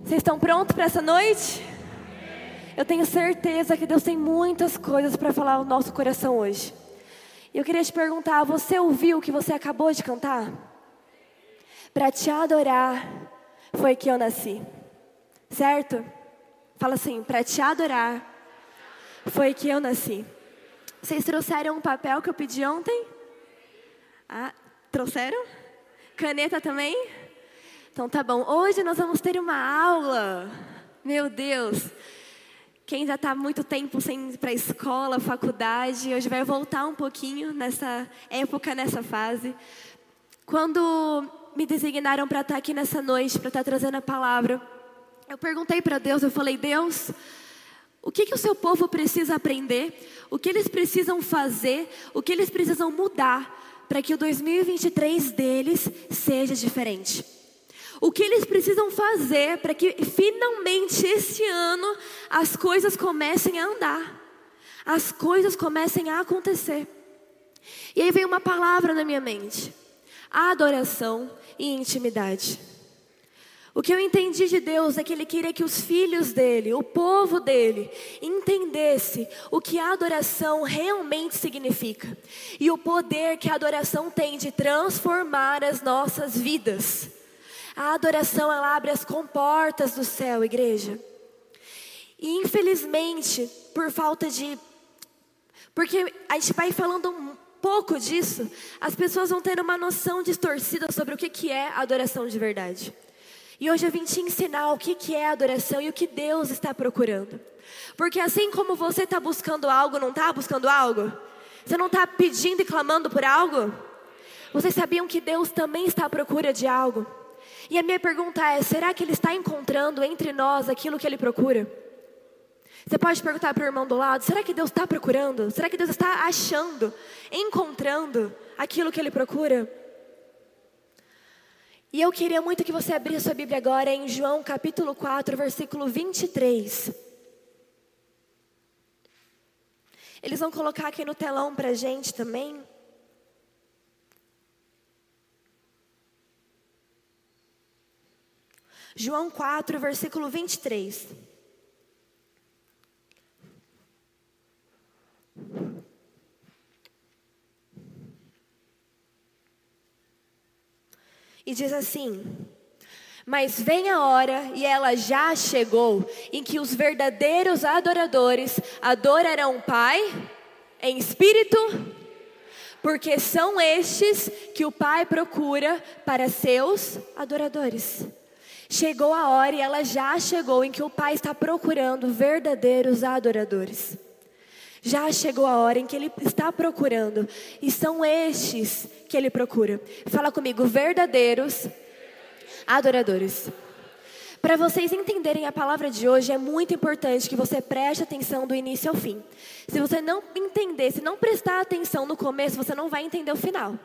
Vocês estão prontos para essa noite? Eu tenho certeza que Deus tem muitas coisas para falar ao nosso coração hoje. E eu queria te perguntar, você ouviu o que você acabou de cantar? Para te adorar foi que eu nasci. Certo? Fala assim, para te adorar foi que eu nasci. Vocês trouxeram um papel que eu pedi ontem? Ah, trouxeram? Caneta também? Então tá bom. Hoje nós vamos ter uma aula. Meu Deus. Quem já está há muito tempo sem ir para a escola, faculdade, hoje vai voltar um pouquinho nessa época, nessa fase. Quando me designaram para estar aqui nessa noite, para estar trazendo a palavra, eu perguntei para Deus, eu falei, Deus, o que o seu povo precisa aprender? O que eles precisam fazer? O que eles precisam mudar para que o 2023 deles seja diferente? O que eles precisam fazer para que finalmente esse ano as coisas comecem a andar, as coisas comecem a acontecer. E aí veio uma palavra na minha mente: adoração e intimidade. O que eu entendi de Deus é que Ele queria que os filhos dele, o povo dele, entendesse o que a adoração realmente significa e o poder que a adoração tem de transformar as nossas vidas. A adoração, ela abre as comportas do céu, igreja. E infelizmente, porque a gente vai falando um pouco disso, as pessoas vão tendo uma noção distorcida sobre o que é adoração de verdade. E hoje eu vim te ensinar o que é adoração e o que Deus está procurando. Porque assim como você está buscando algo, não está buscando algo? Você não está pedindo e clamando por algo? Vocês sabiam que Deus também está à procura de algo? E a minha pergunta é, será que Ele está encontrando entre nós aquilo que Ele procura? Você pode perguntar para o irmão do lado, será que Deus está procurando? Será que Deus está achando, encontrando aquilo que Ele procura? E eu queria muito que você abrisse sua Bíblia agora em João capítulo 4, versículo 23. Eles vão colocar aqui no telão para a gente também. João 4, versículo 23. E diz assim: mas vem a hora, e ela já chegou, em que os verdadeiros adoradores adorarão o Pai em espírito, porque são estes que o Pai procura para seus adoradores. Chegou a hora, e ela já chegou, em que o Pai está procurando verdadeiros adoradores. Já chegou a hora em que Ele está procurando, e são estes que Ele procura. Fala comigo, verdadeiros adoradores. Para vocês entenderem a palavra de hoje, é muito importante que você preste atenção do início ao fim. Se você não entender, se não prestar atenção no começo, você não vai entender o final.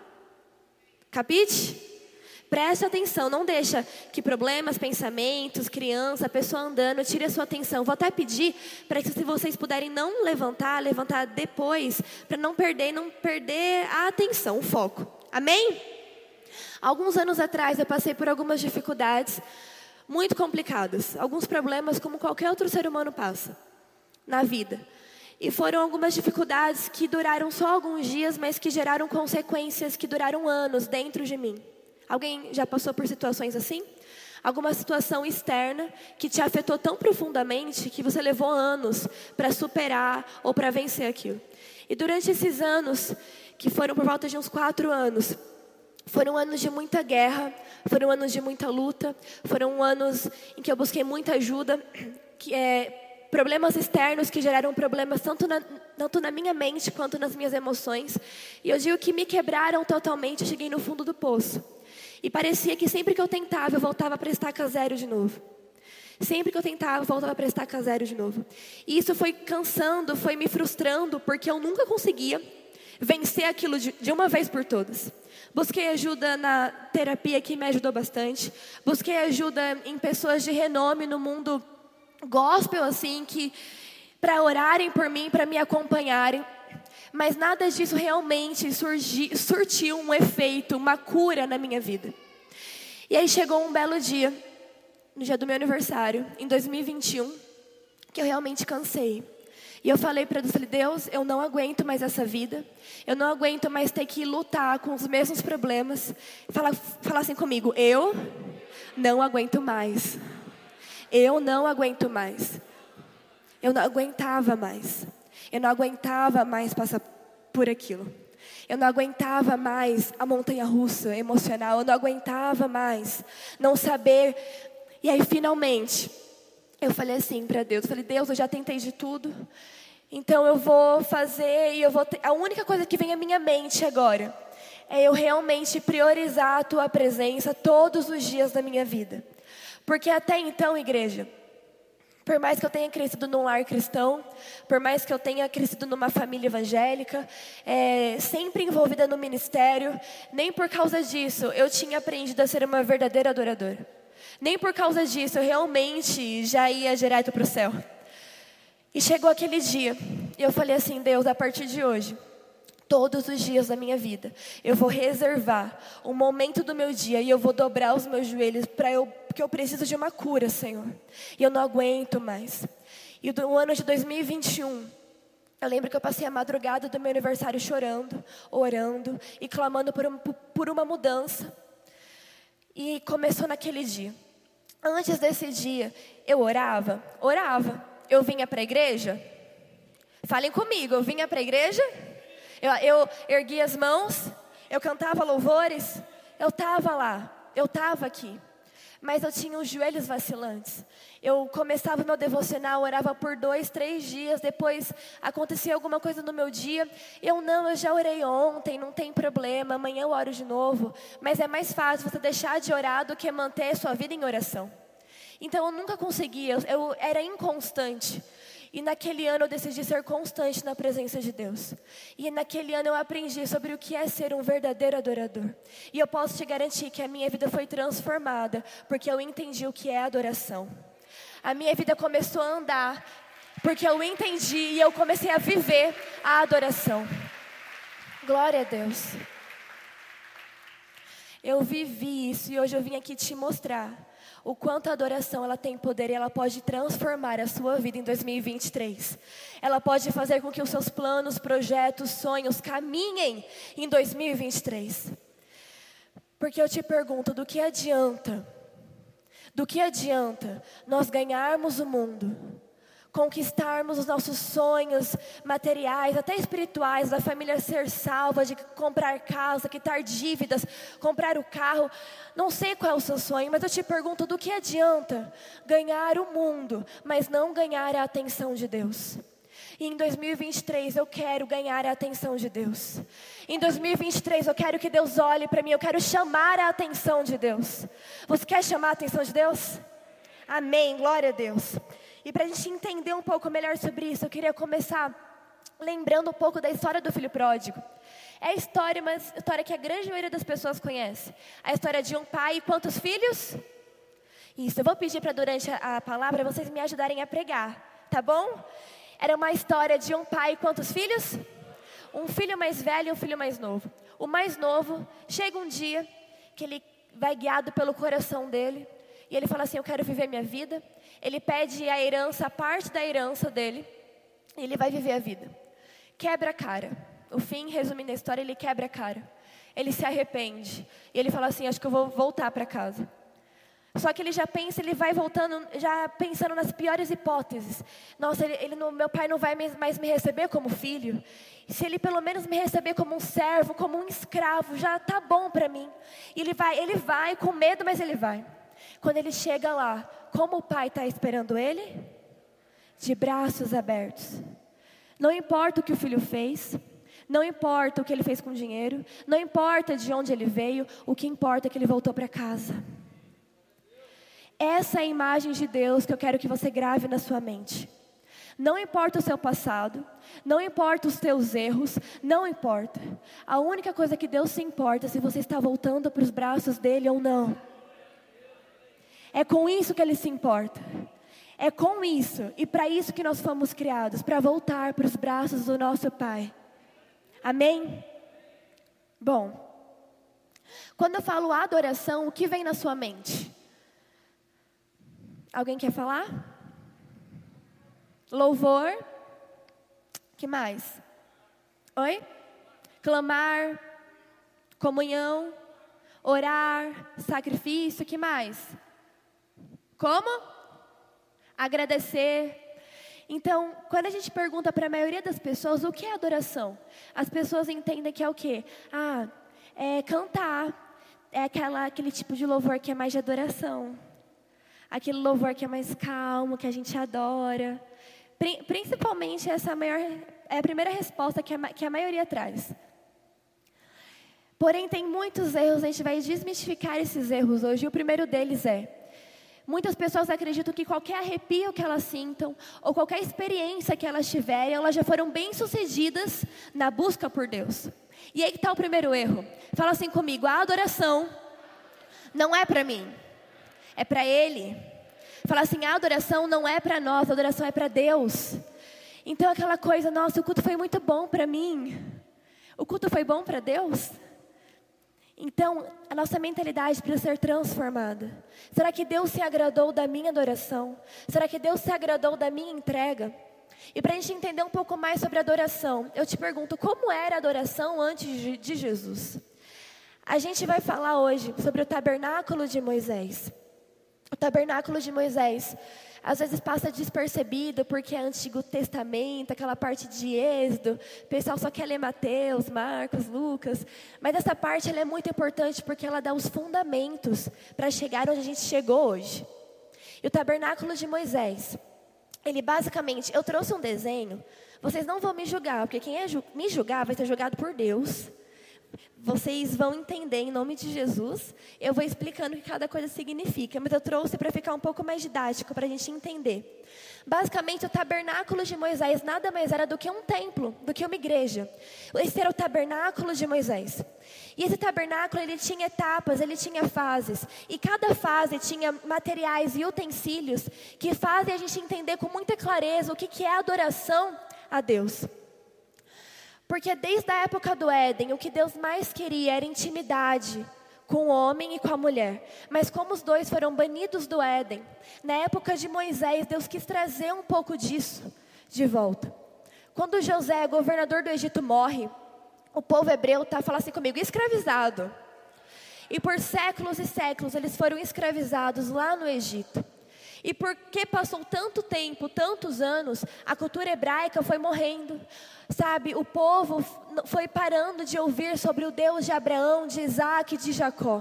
Capite? Preste atenção, não deixa que problemas, pensamentos, criança, a pessoa andando, tire a sua atenção. Vou até pedir para que se vocês puderem não levantar depois, para não perder a atenção, o foco. Amém? Alguns anos atrás eu passei por algumas dificuldades muito complicadas. Alguns problemas como qualquer outro ser humano passa na vida. E foram algumas dificuldades que duraram só alguns dias, mas que geraram consequências que duraram anos dentro de mim. Alguém já passou por situações assim? Alguma situação externa que te afetou tão profundamente que você levou anos para superar ou para vencer aquilo. E durante esses anos, que foram por volta de uns 4 anos, foram anos de muita guerra, foram anos de muita luta, foram anos em que eu busquei muita ajuda, problemas externos que geraram problemas tanto na minha mente quanto nas minhas emoções. E eu digo que me quebraram totalmente, eu cheguei no fundo do poço. E parecia que sempre que eu tentava, eu voltava a prestar zero de novo. Sempre que eu tentava, eu voltava a prestar zero de novo. E isso foi cansando, foi me frustrando, porque eu nunca conseguia vencer aquilo de uma vez por todas. Busquei ajuda na terapia, que me ajudou bastante. Busquei ajuda em pessoas de renome no mundo gospel, assim, para orarem por mim, para me acompanharem. Mas nada disso realmente surtiu um efeito, uma cura na minha vida. E aí chegou um belo dia, no dia do meu aniversário, em 2021, que eu realmente cansei. E eu falei para Deus, Deus, eu não aguento mais essa vida. Eu não aguento mais ter que lutar com os mesmos problemas. Fala assim comigo, eu não aguento mais. Eu não aguento mais. Eu não aguentava mais. Eu não aguentava mais passar por aquilo. Eu não aguentava mais a montanha-russa emocional. Eu não aguentava mais não saber. E aí, finalmente, eu falei assim para Deus. Eu falei, Deus, eu já tentei de tudo. Então, eu vou fazer e eu vou... A única coisa que vem à minha mente agora é eu realmente priorizar a Tua presença todos os dias da minha vida. Porque até então, igreja, por mais que eu tenha crescido num lar cristão, por mais que eu tenha crescido numa família evangélica, sempre envolvida no ministério, nem por causa disso eu tinha aprendido a ser uma verdadeira adoradora. Nem por causa disso eu realmente já ia direto para o céu. E chegou aquele dia, e eu falei assim, Deus, a partir de hoje, todos os dias da minha vida, eu vou reservar um momento do meu dia e eu vou dobrar os meus joelhos porque eu preciso de uma cura, Senhor. E eu não aguento mais. E no ano de 2021, eu lembro que eu passei a madrugada do meu aniversário chorando, orando e clamando por uma mudança. E começou naquele dia. Antes desse dia, eu orava. Eu vinha para a igreja? Falem comigo, eu vinha para a igreja? Eu erguia as mãos, eu cantava louvores, eu estava lá, eu estava aqui. Mas eu tinha os joelhos vacilantes. Eu começava o meu devocional, orava por 2, 3 dias, depois acontecia alguma coisa no meu dia. Eu já orei ontem, não tem problema, amanhã eu oro de novo. Mas é mais fácil você deixar de orar do que manter a sua vida em oração. Então eu nunca conseguia, eu era inconstante. E naquele ano eu decidi ser constante na presença de Deus. E naquele ano eu aprendi sobre o que é ser um verdadeiro adorador. E eu posso te garantir que a minha vida foi transformada, porque eu entendi o que é adoração. A minha vida começou a andar, porque eu entendi e eu comecei a viver a adoração. Glória a Deus. Eu vivi isso e hoje eu vim aqui te mostrar o quanto a adoração ela tem poder e ela pode transformar a sua vida em 2023. Ela pode fazer com que os seus planos, projetos, sonhos caminhem em 2023. Porque eu te pergunto, do que adianta nós ganharmos o mundo, conquistarmos os nossos sonhos materiais, até espirituais, da família ser salva, de comprar casa, quitar dívidas, comprar o carro. Não sei qual é o seu sonho, mas eu te pergunto, do que adianta ganhar o mundo, mas não ganhar a atenção de Deus? E em 2023 eu quero ganhar a atenção de Deus. Em 2023 eu quero que Deus olhe para mim, eu quero chamar a atenção de Deus. Você quer chamar a atenção de Deus? Amém, glória a Deus. E para a gente entender um pouco melhor sobre isso, eu queria começar lembrando um pouco da história do filho pródigo. É uma história que a grande maioria das pessoas conhece. A história de um pai e quantos filhos? Isso, eu vou pedir para durante a palavra vocês me ajudarem a pregar, tá bom? Era uma história de um pai e quantos filhos? Um filho mais velho e um filho mais novo. O mais novo, chega um dia que ele vai guiado pelo coração dele. E ele fala assim, eu quero viver minha vida. Ele pede a herança, a parte da herança dele. E ele vai viver a vida. Quebra a cara. O fim, resumindo a história, ele quebra a cara. Ele se arrepende. E ele fala assim, acho que eu vou voltar para casa. Só que ele já pensa, ele vai voltando, já pensando nas piores hipóteses. Nossa, meu pai não vai mais me receber como filho. Se ele pelo menos me receber como um servo, como um escravo, já tá bom para mim. E ele vai com medo, mas ele vai. Quando ele chega lá, como o pai está esperando ele? De braços abertos. Não importa o que o filho fez, não importa o que ele fez com o dinheiro, não importa de onde ele veio, o que importa é que ele voltou para casa. Essa é a imagem de Deus que eu quero que você grave na sua mente. Não importa o seu passado, não importa os teus erros, não importa. A única coisa que Deus se importa é se você está voltando para os braços dele ou não. É com isso que ele se importa. É com isso e para isso que nós fomos criados, para voltar para os braços do nosso Pai. Amém? Bom, quando eu falo adoração, o que vem na sua mente? Alguém quer falar? Louvor. Que mais? Oi? Clamar, comunhão, orar, sacrifício, que mais? Como? Agradecer. Então, quando a gente pergunta para a maioria das pessoas o que é adoração, as pessoas entendem que é o quê? É cantar, é aquele tipo de louvor que é mais de adoração, aquele louvor que é mais calmo, que a gente adora. Principalmente essa é a primeira resposta que a maioria traz. Porém, tem muitos erros, a gente vai desmistificar esses erros hoje. E o primeiro deles muitas pessoas acreditam que qualquer arrepio que elas sintam, ou qualquer experiência que elas tiverem, elas já foram bem-sucedidas na busca por Deus. E aí que está o primeiro erro. Fala assim comigo: a adoração não é para mim, é para Ele. Fala assim: a adoração não é para nós, a adoração é para Deus. Então aquela coisa, nossa, o culto foi muito bom para mim. O culto foi bom para Deus? Então, a nossa mentalidade precisa ser transformada. Será que Deus se agradou da minha adoração? Será que Deus se agradou da minha entrega? E para a gente entender um pouco mais sobre adoração, eu te pergunto, como era a adoração antes de Jesus? A gente vai falar hoje sobre o tabernáculo de Moisés. O tabernáculo de Moisés, às vezes passa despercebido porque é Antigo Testamento, aquela parte de Êxodo, o pessoal só quer ler Mateus, Marcos, Lucas, mas essa parte ela é muito importante porque ela dá os fundamentos para chegar onde a gente chegou hoje. E o tabernáculo de Moisés, ele basicamente, eu trouxe um desenho, vocês não vão me julgar, porque quem me julgar vai ser julgado por Deus. Vocês vão entender em nome de Jesus. Eu vou explicando o que cada coisa significa, mas eu trouxe para ficar um pouco mais didático, para a gente entender. Basicamente, o tabernáculo de Moisés nada mais era do que um templo, do que uma igreja. Esse era o tabernáculo de Moisés. E esse tabernáculo, ele tinha etapas, ele tinha fases. E cada fase tinha materiais e utensílios que fazem a gente entender com muita clareza o que é adoração a Deus. Porque desde a época do Éden, o que Deus mais queria era intimidade com o homem e com a mulher. Mas como os dois foram banidos do Éden, na época de Moisés, Deus quis trazer um pouco disso de volta. Quando José, governador do Egito, morre, o povo hebreu fala assim comigo, escravizado. E por séculos e séculos eles foram escravizados lá no Egito. E porque passou tanto tempo, tantos anos, a cultura hebraica foi morrendo. Sabe, o povo foi parando de ouvir sobre o Deus de Abraão, de Isaac e de Jacó.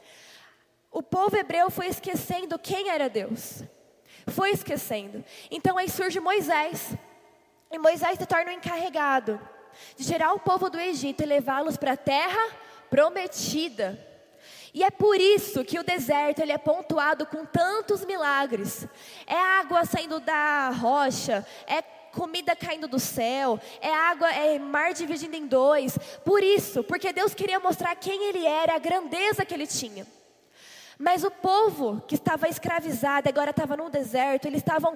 O povo hebreu foi esquecendo quem era Deus. Foi esquecendo. Então aí surge Moisés. E Moisés se torna o encarregado de tirar o povo do Egito e levá-los para a terra prometida. E é por isso que o deserto ele é pontuado com tantos milagres. É água saindo da rocha, é comida caindo do céu, é água, é mar dividindo em dois. Por isso, porque Deus queria mostrar quem Ele era, a grandeza que Ele tinha. Mas o povo que estava escravizado, agora estava no deserto,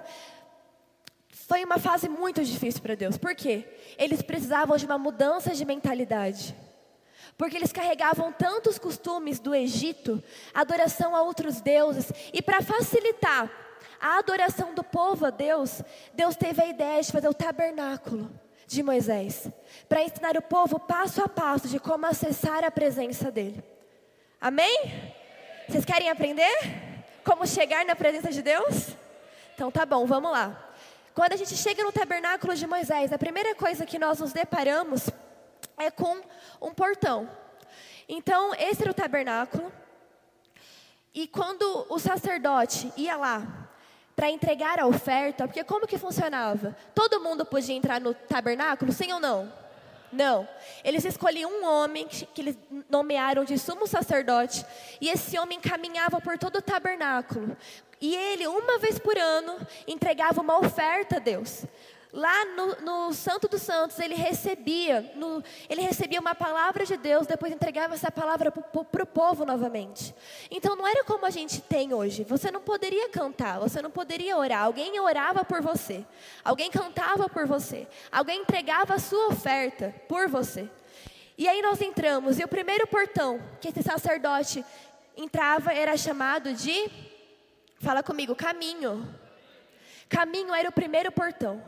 foi uma fase muito difícil para Deus. Por quê? Eles precisavam de uma mudança de mentalidade. Porque eles carregavam tantos costumes do Egito, adoração a outros deuses. E para facilitar a adoração do povo a Deus, Deus teve a ideia de fazer o tabernáculo de Moisés. Para ensinar o povo passo a passo de como acessar a presença dele. Amém? Vocês querem aprender? Como chegar na presença de Deus? Então tá bom, vamos lá. Quando a gente chega no tabernáculo de Moisés, a primeira coisa que nós nos deparamos é com um portão. Então, esse era o tabernáculo. E quando o sacerdote ia lá para entregar a oferta, porque como que funcionava? Todo mundo podia entrar no tabernáculo, sim ou não? Não. Eles escolhiam um homem que eles nomearam de sumo sacerdote. E esse homem caminhava por todo o tabernáculo. E ele, uma vez por ano, entregava uma oferta a Deus. Lá no Santo dos Santos, ele recebia uma palavra de Deus, depois entregava essa palavra para o povo novamente. Então não era como a gente tem hoje. Você não poderia cantar, você não poderia orar. Alguém orava por você, alguém cantava por você, alguém entregava a sua oferta por você. E aí nós entramos, e o primeiro portão que esse sacerdote entrava era chamado de Fala comigo, caminho. Caminho era o primeiro portão.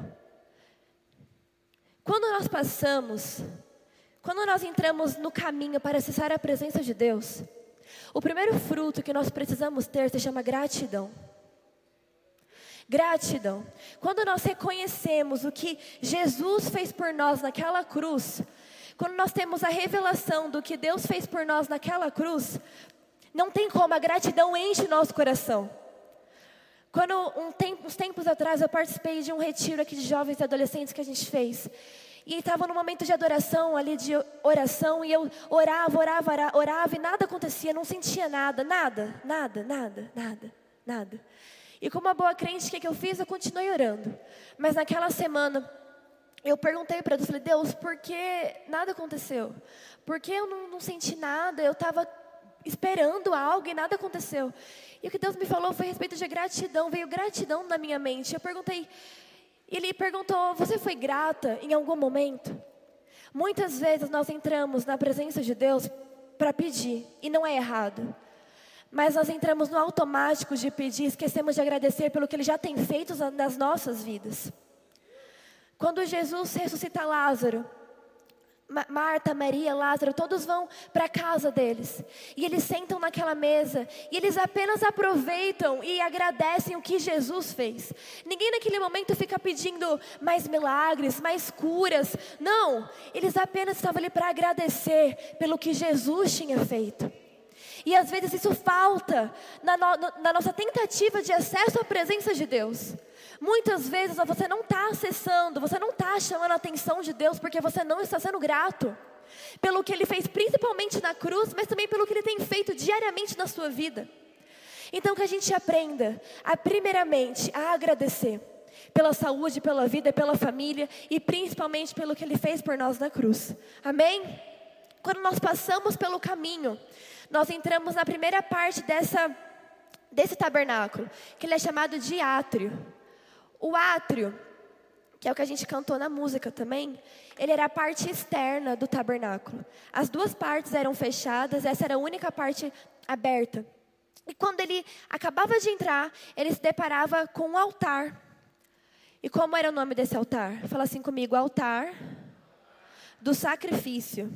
Quando nós entramos no caminho para acessar a presença de Deus, o primeiro fruto que nós precisamos ter se chama gratidão. Gratidão. Quando nós reconhecemos o que Jesus fez por nós naquela cruz, quando nós temos a revelação do que Deus fez por nós naquela cruz, não tem como, a gratidão enche o nosso coração. Quando uns tempos atrás eu participei de um retiro aqui de jovens e adolescentes que a gente fez. E estava no momento de adoração, ali de oração, e eu orava e nada acontecia, não sentia nada. E como uma boa crente, o que eu fiz? Eu continuei orando. Mas naquela semana, eu perguntei para Deus, falei, Deus, por que nada aconteceu? Por que eu não senti nada? Eu estava esperando algo e nada aconteceu. E o que Deus me falou foi a respeito de gratidão, veio gratidão na minha mente. Eu perguntei, ele perguntou, você foi grata em algum momento? Muitas vezes nós entramos na presença de Deus para pedir, e não é errado. Mas nós entramos no automático de pedir, esquecemos de agradecer pelo que Ele já tem feito nas nossas vidas. Quando Jesus ressuscita Lázaro, Marta, Maria, Lázaro, todos vão para a casa deles. E eles sentam naquela mesa. E eles apenas aproveitam e agradecem o que Jesus fez. Ninguém naquele momento fica pedindo mais milagres, mais curas. Não, eles apenas estavam ali para agradecer pelo que Jesus tinha feito. E às vezes isso falta na nossa tentativa de acesso à presença de Deus. Muitas vezes você não está acessando, você não está chamando a atenção de Deus porque você não está sendo grato pelo que Ele fez principalmente na cruz, mas também pelo que Ele tem feito diariamente na sua vida. Então que a gente aprenda primeiramente a agradecer pela saúde, pela vida, pela família e principalmente pelo que Ele fez por nós na cruz. Amém? Quando nós passamos pelo caminho, nós entramos na primeira parte desse tabernáculo, que ele é chamado de átrio. O átrio, que é o que a gente cantou na música também, ele era a parte externa do tabernáculo. As duas partes eram fechadas, essa era a única parte aberta. E quando ele acabava de entrar, ele se deparava com um altar. E como era o nome desse altar? Fala assim comigo, altar do sacrifício.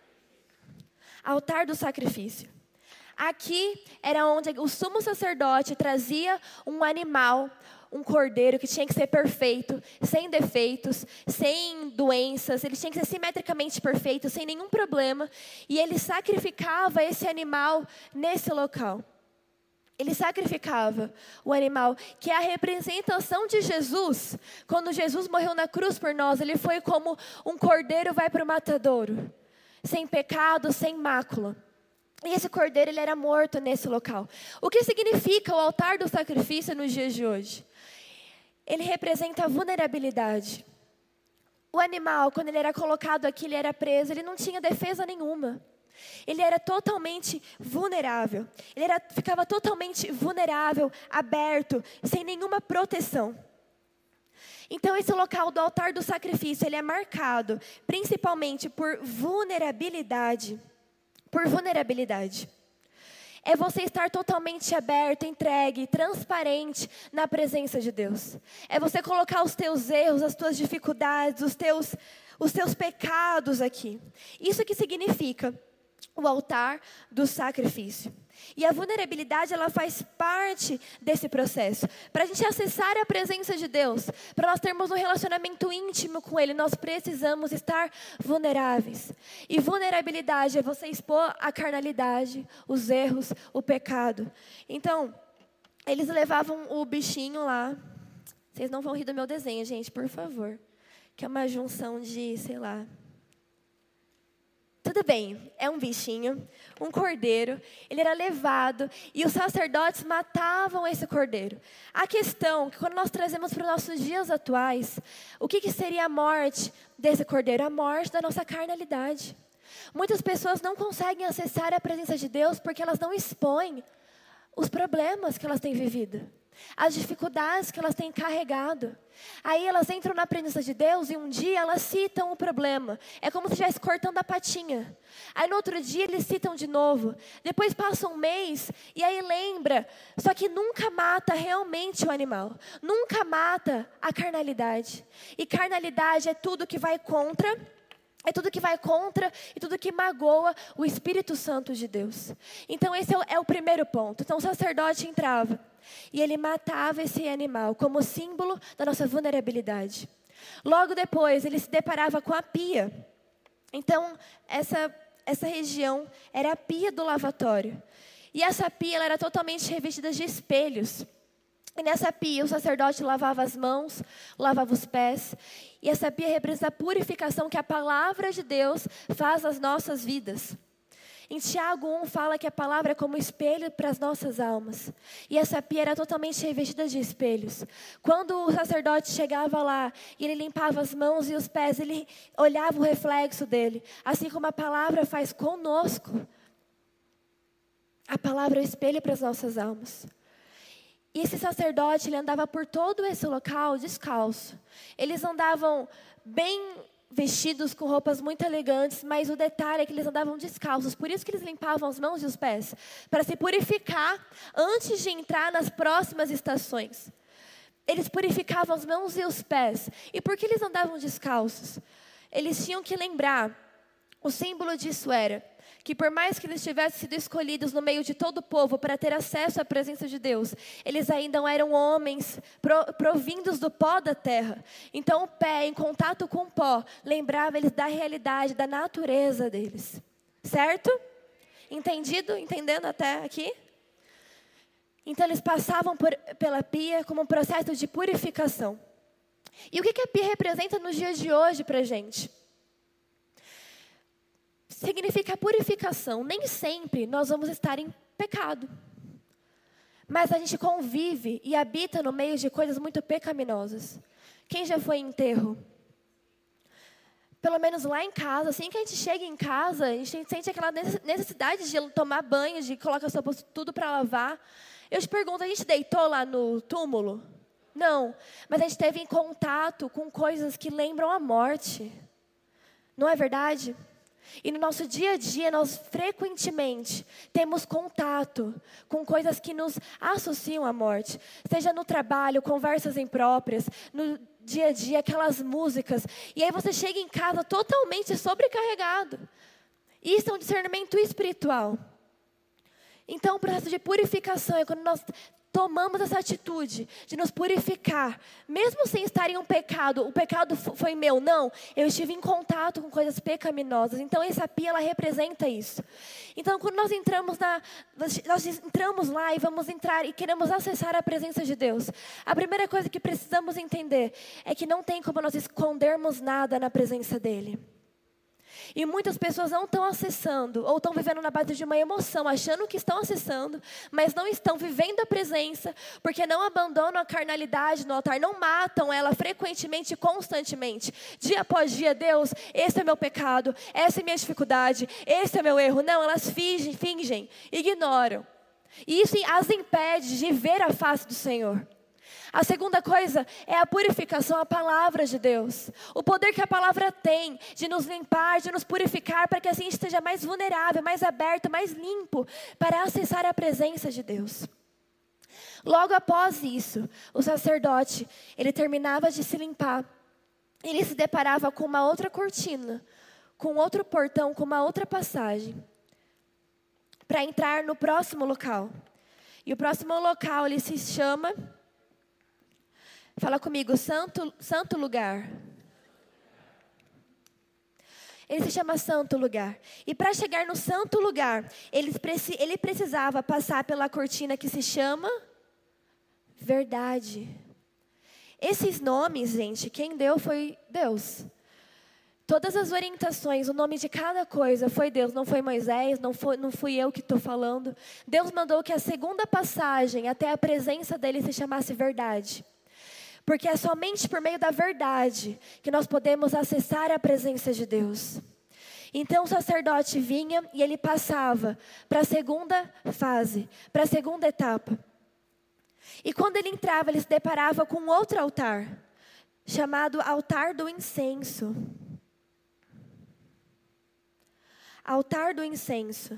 Altar do sacrifício. Aqui era onde o sumo sacerdote trazia um animal, um cordeiro que tinha que ser perfeito, sem defeitos, sem doenças, ele tinha que ser simetricamente perfeito, sem nenhum problema. E ele sacrificava esse animal nesse local. Ele sacrificava o animal, que é a representação de Jesus. Quando Jesus morreu na cruz por nós, ele foi como um cordeiro vai para o matadouro, sem pecado, sem mácula. E esse cordeiro, ele era morto nesse local. O que significa o altar do sacrifício nos dias de hoje? Ele representa a vulnerabilidade. O animal, quando ele era colocado aqui, ele era preso, ele não tinha defesa nenhuma. Ele era totalmente vulnerável. Ficava totalmente vulnerável, aberto, sem nenhuma proteção. Então esse local do altar do sacrifício, ele é marcado principalmente por vulnerabilidade. Por vulnerabilidade. É você estar totalmente aberto, entregue, transparente na presença de Deus. É você colocar os teus erros, as tuas dificuldades, os teus pecados aqui. Isso que significa o altar do sacrifício. E a vulnerabilidade, ela faz parte desse processo. Para a gente acessar a presença de Deus, para nós termos um relacionamento íntimo com Ele, nós precisamos estar vulneráveis. E vulnerabilidade é você expor a carnalidade, os erros, o pecado. Então, eles levavam o bichinho lá. Vocês não vão rir do meu desenho, gente, por favor. Que é uma junção de, sei lá... Tudo bem, é um bichinho, um cordeiro, ele era levado e os sacerdotes matavam esse cordeiro. A questão que quando nós trazemos para os nossos dias atuais, o que seria a morte desse cordeiro? A morte da nossa carnalidade. Muitas pessoas não conseguem acessar a presença de Deus porque elas não expõem os problemas que elas têm vivido. as dificuldades que elas têm carregado. Aí elas entram na presença de Deus e um dia elas citam o problema. É como se estivesse cortando a patinha. Aí no outro dia eles citam de novo. Depois passa um mês e aí lembra. Só que nunca mata realmente o animal. Nunca mata a carnalidade. E carnalidade é tudo que vai contra. É tudo que vai contra e tudo que magoa o Espírito Santo de Deus. Então esse é o primeiro ponto. Então o sacerdote entrava e ele matava esse animal como símbolo da nossa vulnerabilidade. Logo depois ele se deparava com a pia. Então essa região era a pia do lavatório. E essa pia ela era totalmente revestida de espelhos. E nessa pia o sacerdote lavava as mãos, lavava os pés. E essa pia representa a purificação que a palavra de Deus faz nas nossas vidas. Em Tiago 1 fala que a palavra é como espelho para as nossas almas. E essa pia era totalmente revestida de espelhos. Quando o sacerdote chegava lá e ele limpava as mãos e os pés, ele olhava o reflexo dele. Assim como a palavra faz conosco. A palavra é o espelho para as nossas almas. E esse sacerdote, ele andava por todo esse local descalço. Eles andavam bem vestidos com roupas muito elegantes, mas o detalhe é que eles andavam descalços. Por isso que eles limpavam as mãos e os pés, para se purificar antes de entrar nas próximas estações. Eles purificavam as mãos e os pés. E por que eles andavam descalços? Eles tinham que lembrar, o símbolo disso era que por mais que eles tivessem sido escolhidos no meio de todo o povo para ter acesso à presença de Deus, eles ainda eram homens provindos do pó da terra. Então o pé em contato com o pó lembrava eles da realidade, da natureza deles. Certo? Entendido? Entendendo até aqui? Então eles passavam pela pia como um processo de purificação. E o que a pia representa nos dias de hoje para a gente? Significa purificação. Nem sempre nós vamos estar em pecado. Mas a gente convive e habita no meio de coisas muito pecaminosas. Quem já foi em enterro? Pelo menos lá em casa, assim que a gente chega em casa, a gente sente aquela necessidade de tomar banho, de colocar tudo para lavar. Eu te pergunto, a gente deitou lá no túmulo? Não, mas a gente esteve em contato com coisas que lembram a morte. Não é verdade? E no nosso dia a dia, nós frequentemente temos contato com coisas que nos associam à morte. Seja no trabalho, conversas impróprias, no dia a dia, aquelas músicas. E aí você chega em casa totalmente sobrecarregado. Isso é um discernimento espiritual. Então o processo de purificação é quando nós tomamos essa atitude de nos purificar, mesmo sem estar em um pecado. O pecado foi meu, não. Eu estive em contato com coisas pecaminosas. Então essa pia, ela representa isso. Então quando nós entramos lá e vamos entrar e queremos acessar a presença de Deus, a primeira coisa que precisamos entender é que não tem como nós escondermos nada na presença dEle. E muitas pessoas não estão acessando, ou estão vivendo na base de uma emoção, achando que estão acessando, mas não estão vivendo a presença, porque não abandonam a carnalidade no altar, não matam ela frequentemente e constantemente. Dia após dia, Deus, esse é meu pecado, essa é minha dificuldade, esse é meu erro. Não, elas fingem, ignoram. E isso as impede de ver a face do Senhor. A segunda coisa é a purificação, a palavra de Deus. O poder que a palavra tem de nos limpar, de nos purificar, para que assim a gente esteja mais vulnerável, mais aberto, mais limpo, para acessar a presença de Deus. Logo após isso, o sacerdote, ele terminava de se limpar. Ele se deparava com uma outra cortina, com outro portão, com uma outra passagem, para entrar no próximo local. E o próximo local, ele se chama... Fala comigo, santo lugar. Ele se chama santo lugar. E para chegar no santo lugar, ele precisava passar pela cortina que se chama verdade. Esses nomes, gente, quem deu foi Deus. Todas as orientações, o nome de cada coisa foi Deus, não foi Moisés, não fui eu que estou falando. Deus mandou que a segunda passagem até a presença dele se chamasse verdade. Porque é somente por meio da verdade que nós podemos acessar a presença de Deus. Então o sacerdote vinha e ele passava para a segunda fase, para a segunda etapa. E quando ele entrava, ele se deparava com outro altar, chamado altar do incenso. Altar do incenso.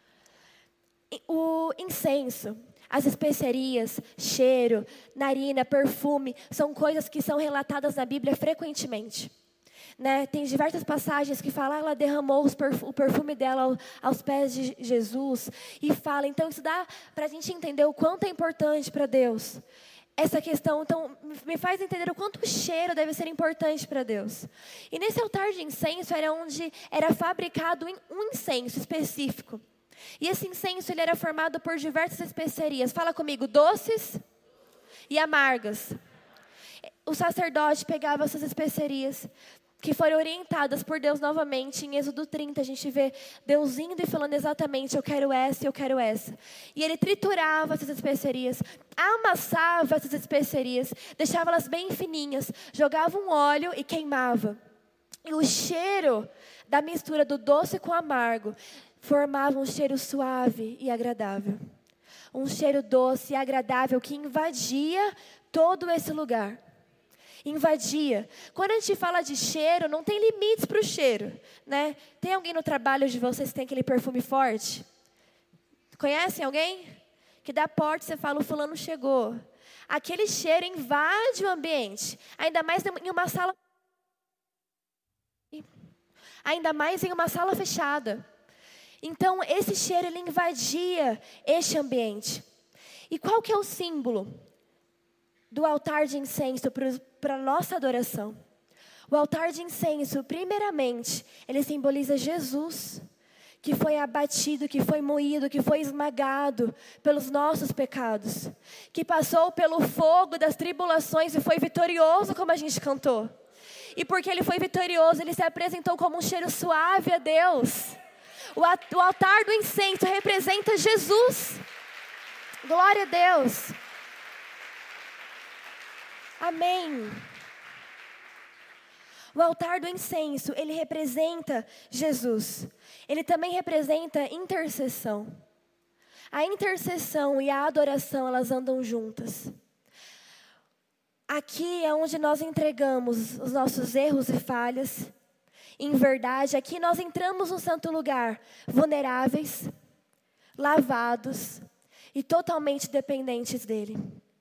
O incenso, as especiarias, cheiro, narina, perfume, são coisas que são relatadas na Bíblia frequentemente. Né? Tem diversas passagens que falam, ela derramou o perfume dela aos pés de Jesus. E fala, então isso dá para a gente entender o quanto é importante para Deus essa questão. Então me faz entender o quanto o cheiro deve ser importante para Deus. E nesse altar de incenso era onde era fabricado um incenso específico. E esse incenso ele era formado por diversas especiarias. Fala comigo, doces e amargas. O sacerdote pegava essas especiarias que foram orientadas por Deus novamente. Em Êxodo 30, a gente vê Deus indo e falando exatamente, eu quero essa e eu quero essa. E ele triturava essas especiarias, amassava essas especiarias, deixava elas bem fininhas, jogava um óleo e queimava. E o cheiro da mistura do doce com o amargo formava um cheiro suave e agradável. Um cheiro doce e agradável que invadia todo esse lugar. Invadia. Quando a gente fala de cheiro, não tem limites para o cheiro, né? Tem alguém no trabalho de vocês que tem aquele perfume forte? Conhecem alguém? Que da porta você fala, o fulano chegou. Aquele cheiro invade o ambiente. Ainda mais em uma sala. Ainda mais em uma sala fechada. Então, esse cheiro, ele invadia este ambiente. E qual que é o símbolo do altar de incenso para a nossa adoração? O altar de incenso, primeiramente, ele simboliza Jesus, que foi abatido, que foi moído, que foi esmagado pelos nossos pecados, que passou pelo fogo das tribulações e foi vitorioso, como a gente cantou. E porque ele foi vitorioso, ele se apresentou como um cheiro suave a Deus. O altar do incenso representa Jesus. Glória a Deus. Amém. O altar do incenso, ele representa Jesus. Ele também representa intercessão. A intercessão e a adoração, elas andam juntas. Aqui é onde nós entregamos os nossos erros e falhas. Em verdade, aqui nós entramos no santo lugar, vulneráveis, lavados e totalmente dependentes dele.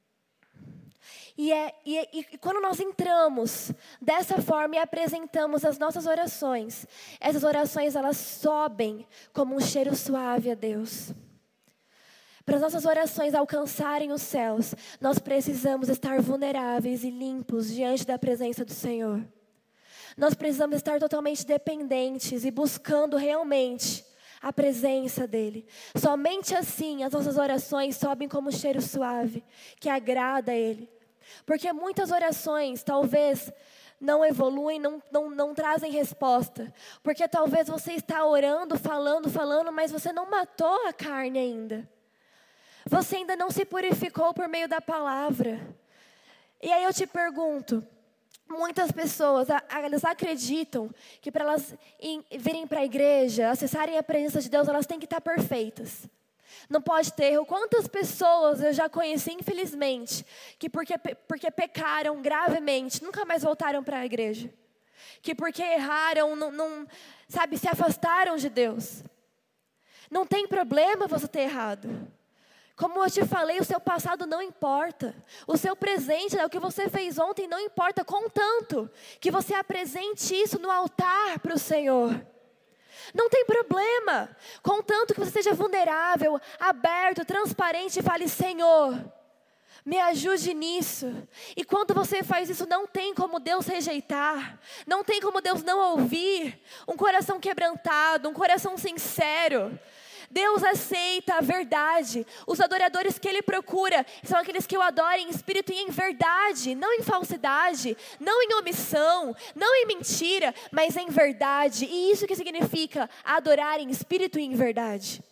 E quando nós entramos dessa forma e apresentamos as nossas orações, essas orações elas sobem como um cheiro suave a Deus. Para as nossas orações alcançarem os céus, nós precisamos estar vulneráveis e limpos diante da presença do Senhor. Nós precisamos estar totalmente dependentes e buscando realmente a presença dEle. Somente assim as nossas orações sobem como um cheiro suave, que agrada a Ele. Porque muitas orações talvez não evoluem, não trazem resposta. Porque talvez você está orando, falando, mas você não matou a carne ainda. Você ainda não se purificou por meio da palavra. E aí eu te pergunto, muitas pessoas, elas acreditam que para elas virem para a igreja, acessarem a presença de Deus, elas têm que estar perfeitas. Não pode ter erro. Quantas pessoas eu já conheci, infelizmente, que porque pecaram gravemente, nunca mais voltaram para a igreja. Que porque erraram, se afastaram de Deus. Não tem problema você ter errado. Como eu te falei, o seu passado não importa. O seu presente, o que você fez ontem não importa, contanto que você apresente isso no altar para o Senhor. Não tem problema, contanto que você seja vulnerável, aberto, transparente e fale, Senhor, me ajude nisso. E quando você faz isso, não tem como Deus rejeitar, não tem como Deus não ouvir. Um coração quebrantado, um coração sincero. Deus aceita a verdade. Os adoradores que Ele procura são aqueles que o adoram em espírito e em verdade, não em falsidade, não em omissão, não em mentira, mas em verdade. E isso que significa adorar em espírito e em verdade.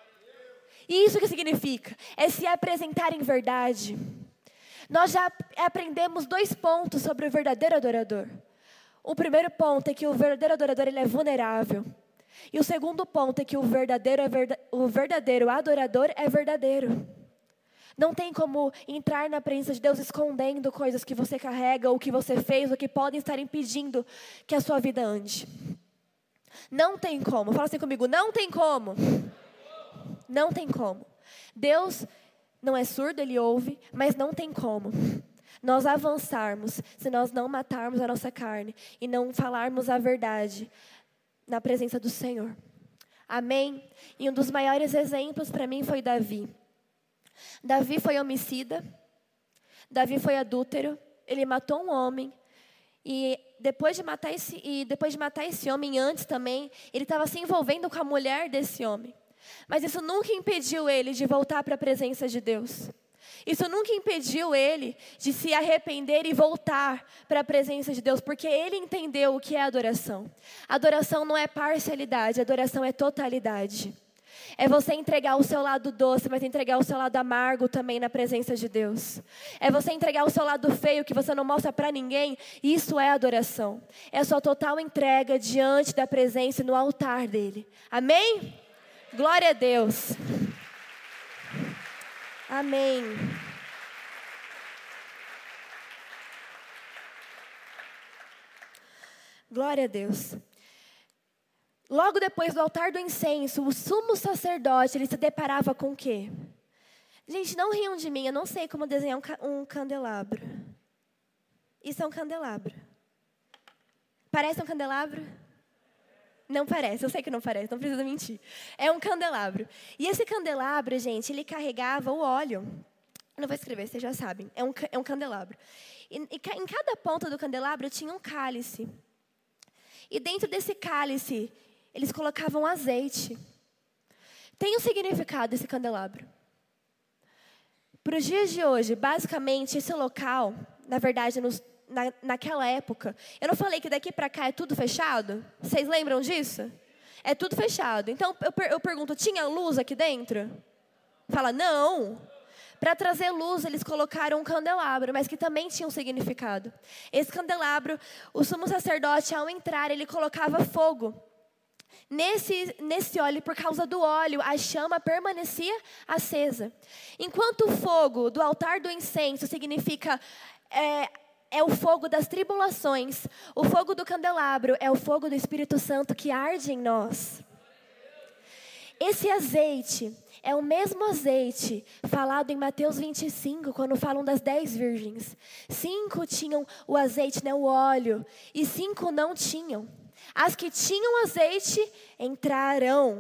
E isso que significa é se apresentar em verdade. Nós já aprendemos 2 pontos sobre o verdadeiro adorador. O primeiro ponto é que o verdadeiro adorador ele é vulnerável. E o segundo ponto é que o verdadeiro adorador é verdadeiro. Não tem como entrar na presença de Deus escondendo coisas que você carrega, ou que você fez, ou que podem estar impedindo que a sua vida ande. Não tem como. Fala assim comigo, não tem como. Não tem como. Deus não é surdo, Ele ouve, mas não tem como nós avançarmos se nós não matarmos a nossa carne e não falarmos a verdade na presença do Senhor. Amém? E um dos maiores exemplos para mim foi Davi. Davi foi homicida, Davi foi adúltero, ele matou um homem, e depois de matar esse homem, antes também, ele estava se envolvendo com a mulher desse homem. Mas isso nunca impediu ele de voltar para a presença de Deus. Isso nunca impediu ele de se arrepender e voltar para a presença de Deus, porque ele entendeu o que é adoração. Adoração não é parcialidade, adoração é totalidade. É você entregar o seu lado doce, mas entregar o seu lado amargo também na presença de Deus. É você entregar o seu lado feio que você não mostra para ninguém. Isso é adoração. É a sua total entrega diante da presença e no altar dele. Amém? Glória a Deus. Amém. Glória a Deus. Logo depois do altar do incenso, o sumo sacerdote, ele se deparava com o quê? Gente, não riam de mim, eu não sei como desenhar um candelabro. Isso é um candelabro. Parece um candelabro? Não parece, eu sei que não parece, não precisa mentir. É um candelabro. E esse candelabro, gente, ele carregava o óleo. Eu não vou escrever, vocês já sabem. É um candelabro. E em cada ponta do candelabro tinha um cálice. E dentro desse cálice, eles colocavam azeite. Tem um significado esse candelabro. Para os dias de hoje, basicamente, esse local, na verdade, naquela época, eu não falei que daqui para cá é tudo fechado? Vocês lembram disso? É tudo fechado. Então, eu pergunto, tinha luz aqui dentro? Fala, não. Para trazer luz, eles colocaram um candelabro, mas que também tinha um significado. Esse candelabro, o sumo sacerdote, ao entrar, ele colocava fogo. Nesse óleo, por causa do óleo, a chama permanecia acesa. Enquanto o fogo do altar do incenso significa... É o fogo das tribulações. O fogo do candelabro é o fogo do Espírito Santo que arde em nós. Esse azeite é o mesmo azeite falado em Mateus 25, quando falam das 10 virgens. 5 tinham o azeite, o óleo, e 5 não tinham. As que tinham azeite entraram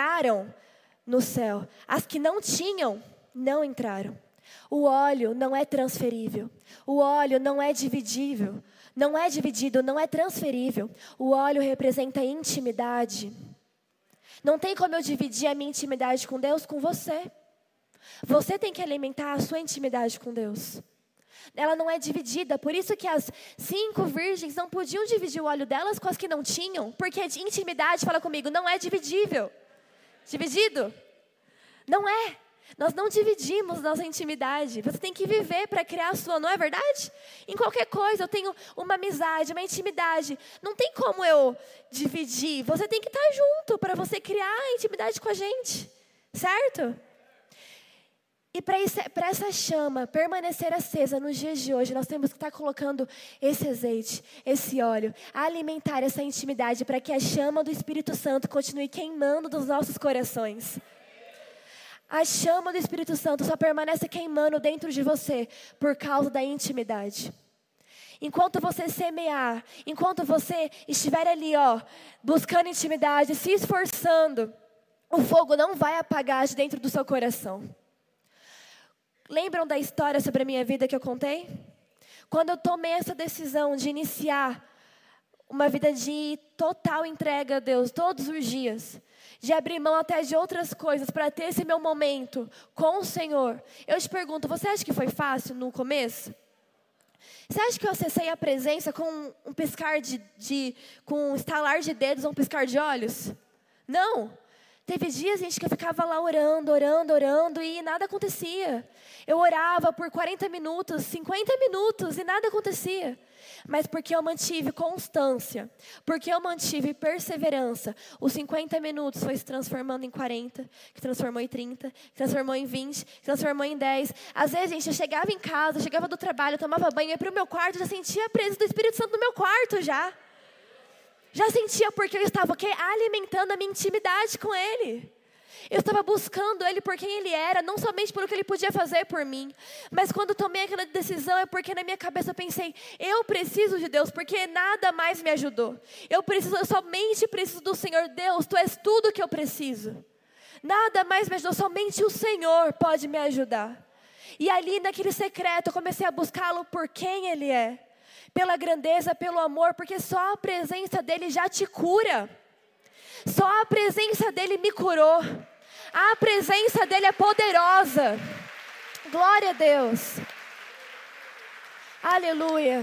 no céu. As que não tinham, não entraram. O óleo não é transferível. O óleo não é dividível. Não é dividido, não é transferível. O óleo representa intimidade. Não tem como eu dividir a minha intimidade com Deus com você. Você tem que alimentar a sua intimidade com Deus. Ela não é dividida. Por isso que as 5 virgens não podiam dividir o óleo delas com as que não tinham. Porque a intimidade, fala comigo, não é dividível. Dividido? Não é. Nós não dividimos nossa intimidade. Você tem que viver para criar a sua, não é verdade? Em qualquer coisa eu tenho uma amizade, uma intimidade. Não tem como eu dividir. Você tem que estar junto para você criar a intimidade com a gente. Certo? E para essa chama permanecer acesa nos dias de hoje, nós temos que estar colocando esse azeite, esse óleo, alimentar essa intimidade para que a chama do Espírito Santo continue queimando dos nossos corações. A chama do Espírito Santo só permanece queimando dentro de você por causa da intimidade. Enquanto você semear, enquanto você estiver ali, buscando intimidade, se esforçando, o fogo não vai apagar de dentro do seu coração. Lembram da história sobre a minha vida que eu contei? Quando eu tomei essa decisão de iniciar uma vida de total entrega a Deus todos os dias, de abrir mão até de outras coisas para ter esse meu momento com o Senhor. Eu te pergunto, você acha que foi fácil no começo? Você acha que eu acessei a presença com um piscar com um estalar de dedos ou um piscar de olhos? Não. Teve dias, gente, que eu ficava lá orando e nada acontecia. Eu orava por 40 minutos, 50 minutos e nada acontecia. Mas porque eu mantive constância, porque eu mantive perseverança, os 50 minutos foi se transformando em 40, que transformou em 30, que transformou em 20, que transformou em 10. Às vezes, gente, eu chegava em casa, eu chegava do trabalho, eu tomava banho, ia para o meu quarto, já sentia a presença do Espírito Santo no meu quarto já. Já sentia porque eu estava alimentando a minha intimidade com Ele. Eu estava buscando Ele por quem Ele era, não somente pelo que Ele podia fazer por mim. Mas quando tomei aquela decisão é porque na minha cabeça eu pensei, eu preciso de Deus, porque nada mais me ajudou. Eu somente preciso do Senhor. Deus, Tu és tudo que eu preciso. Nada mais me ajudou, somente o Senhor pode me ajudar. E ali naquele secreto eu comecei a buscá-lo por quem Ele é. Pela grandeza, pelo amor, porque só a presença dEle já te cura. Só a presença dEle me curou. A presença dEle é poderosa. Glória a Deus. Aleluia.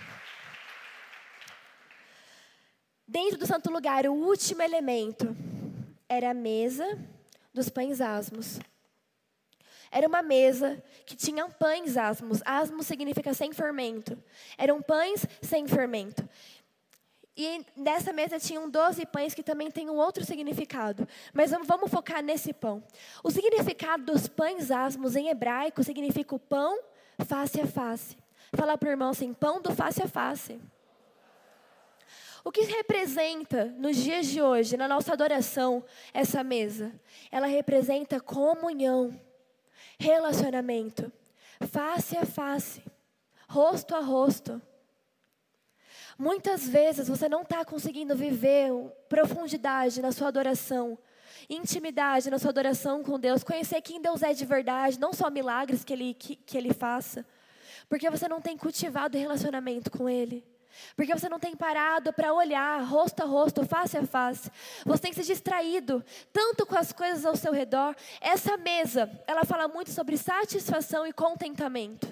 Dentro do santo lugar, o último elemento era a mesa dos pães asmos. Era uma mesa que tinha pães asmos. Asmos significa sem fermento. Eram pães sem fermento. E nessa mesa tinham 12 pães que também tem um outro significado. Mas vamos focar nesse pão. O significado dos pães asmos em hebraico significa o pão face a face. Fala para o irmão assim, pão do face a face. O que representa nos dias de hoje, na nossa adoração, essa mesa? Ela representa comunhão. Relacionamento, face a face, rosto a rosto. Muitas vezes você não está conseguindo viver profundidade na sua adoração, intimidade na sua adoração com Deus, conhecer quem Deus é de verdade, não só milagres que Ele faça, porque você não tem cultivado relacionamento com Ele. Porque você não tem parado para olhar rosto a rosto, face a face. Você tem se distraído tanto com as coisas ao seu redor. Essa mesa, ela fala muito sobre satisfação e contentamento.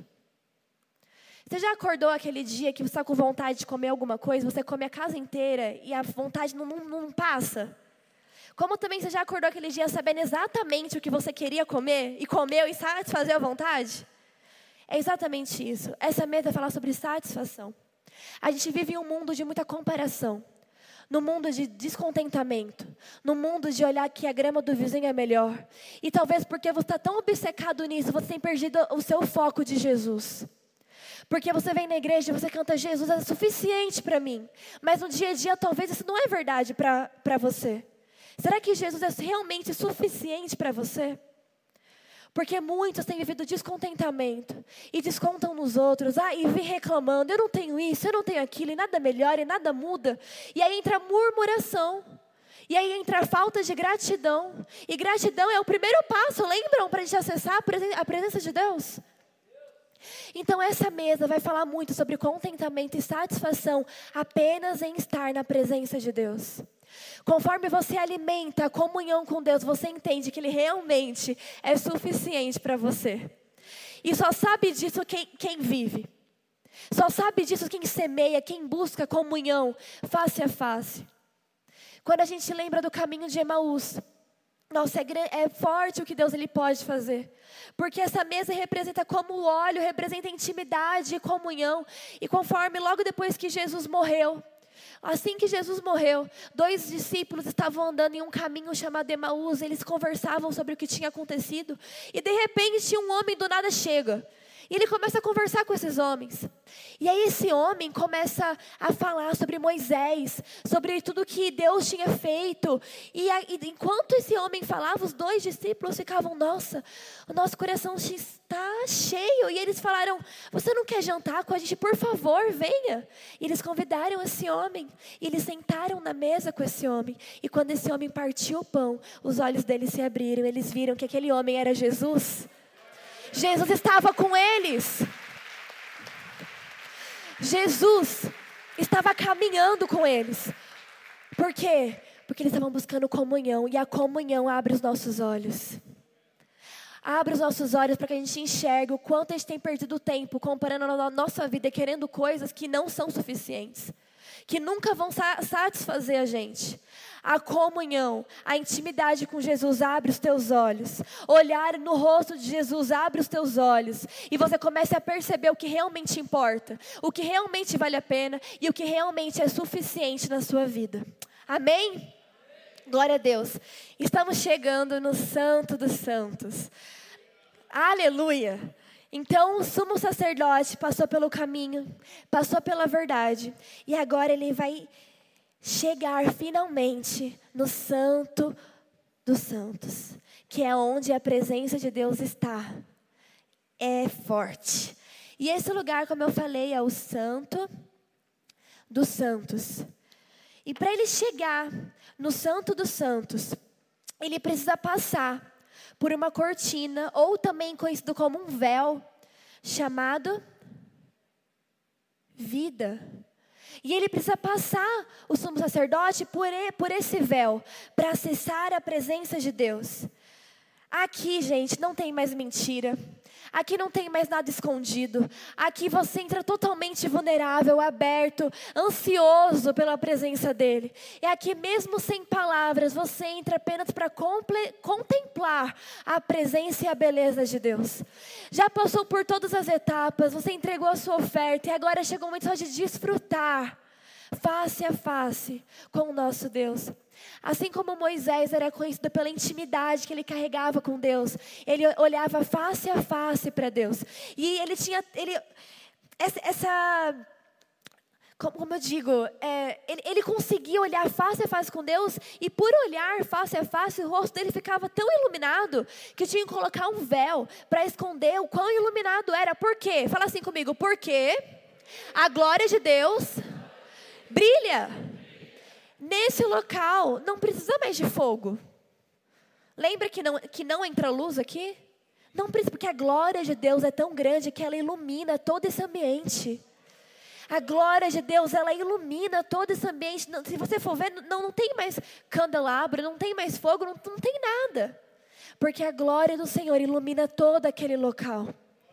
Você já acordou aquele dia que você está com vontade de comer alguma coisa, você come a casa inteira e a vontade não passa? Como também você já acordou aquele dia sabendo exatamente o que você queria comer e comeu e satisfazer a vontade? É exatamente isso. Essa mesa fala sobre satisfação. A gente vive em um mundo de muita comparação, no mundo de descontentamento, no mundo de olhar que a grama do vizinho é melhor. E talvez porque você está tão obcecado nisso, você tem perdido o seu foco de Jesus. Porque você vem na igreja e você canta, Jesus é suficiente para mim. Mas no dia a dia talvez isso não é verdade para você. Será que Jesus é realmente suficiente para você? Porque muitos têm vivido descontentamento e descontam nos outros. E vem reclamando, eu não tenho isso, eu não tenho aquilo, e nada melhora, e nada muda. E aí entra a murmuração. E aí entra a falta de gratidão. E gratidão é o primeiro passo, lembram? Para a gente acessar a presença de Deus. Então essa mesa vai falar muito sobre contentamento e satisfação apenas em estar na presença de Deus. Conforme você alimenta a comunhão com Deus, você entende que Ele realmente é suficiente para você. E só sabe disso quem vive. Só sabe disso quem semeia, quem busca comunhão face a face. Quando a gente lembra do caminho de Emaús, nossa, é forte o que Deus Ele pode fazer. Porque essa mesa representa como o óleo, representa intimidade e comunhão. E conforme logo depois que Jesus morreu, assim que Jesus morreu, 2 discípulos estavam andando em um caminho chamado Emaús. Eles conversavam sobre o que tinha acontecido. E de repente um homem do nada chega. E ele começa a conversar com esses homens. E aí esse homem começa a falar sobre Moisés, sobre tudo que Deus tinha feito. E enquanto esse homem falava, os 2 discípulos ficavam, nossa, o nosso coração está cheio. E eles falaram, você não quer jantar com a gente? Por favor, venha. E eles convidaram esse homem. E eles sentaram na mesa com esse homem. E quando esse homem partiu o pão, os olhos deles se abriram. Eles viram que aquele homem era Jesus. Jesus estava com eles. Jesus estava caminhando com eles. Por quê? Porque eles estavam buscando comunhão. E a comunhão abre os nossos olhos. Abre os nossos olhos para que a gente enxergue o quanto a gente tem perdido tempo comparando a nossa vida, querendo coisas que não são suficientes. que nunca vão satisfazer a gente. A comunhão, a intimidade com Jesus abre os teus olhos. Olhar no rosto de Jesus abre os teus olhos. E você começa a perceber o que realmente importa, o que realmente vale a pena e o que realmente é suficiente na sua vida. Amém? Glória a Deus. Estamos chegando no Santo dos Santos. Aleluia. Então o sumo sacerdote passou pelo caminho, passou pela verdade. E agora ele vai chegar finalmente no Santo dos Santos, que é onde a presença de Deus está. É forte. E esse lugar, como eu falei, é o Santo dos Santos. E para ele chegar no Santo dos Santos, ele precisa passar por uma cortina, ou também conhecido como um véu, chamado vida. E ele precisa passar, o sumo sacerdote, por esse véu, para acessar a presença de Deus. Aqui, gente, não tem mais mentira. Aqui não tem mais nada escondido. Aqui você entra totalmente vulnerável, aberto, ansioso pela presença dEle. E aqui mesmo sem palavras, você entra apenas para contemplar a presença e a beleza de Deus. Já passou por todas as etapas, você entregou a sua oferta e agora chegou o momento só de desfrutar face a face com o nosso Deus. Assim como Moisés era conhecido pela intimidade que ele carregava com Deus, ele olhava face a face para Deus. E ele tinha, como eu digo, ele conseguia olhar face a face com Deus, e por olhar face a face, o rosto dele ficava tão iluminado, que tinha que colocar um véu para esconder o quão iluminado era. Por quê? Fala assim comigo, porque a glória de Deus brilha. Nesse local, não precisa mais de fogo. Lembra que não entra luz aqui? Não precisa, porque a glória de Deus é tão grande que ela ilumina todo esse ambiente. A glória de Deus, ela ilumina todo esse ambiente. Se você for ver, não tem mais candelabro, não tem mais fogo, não tem nada. Porque a glória do Senhor ilumina todo aquele local.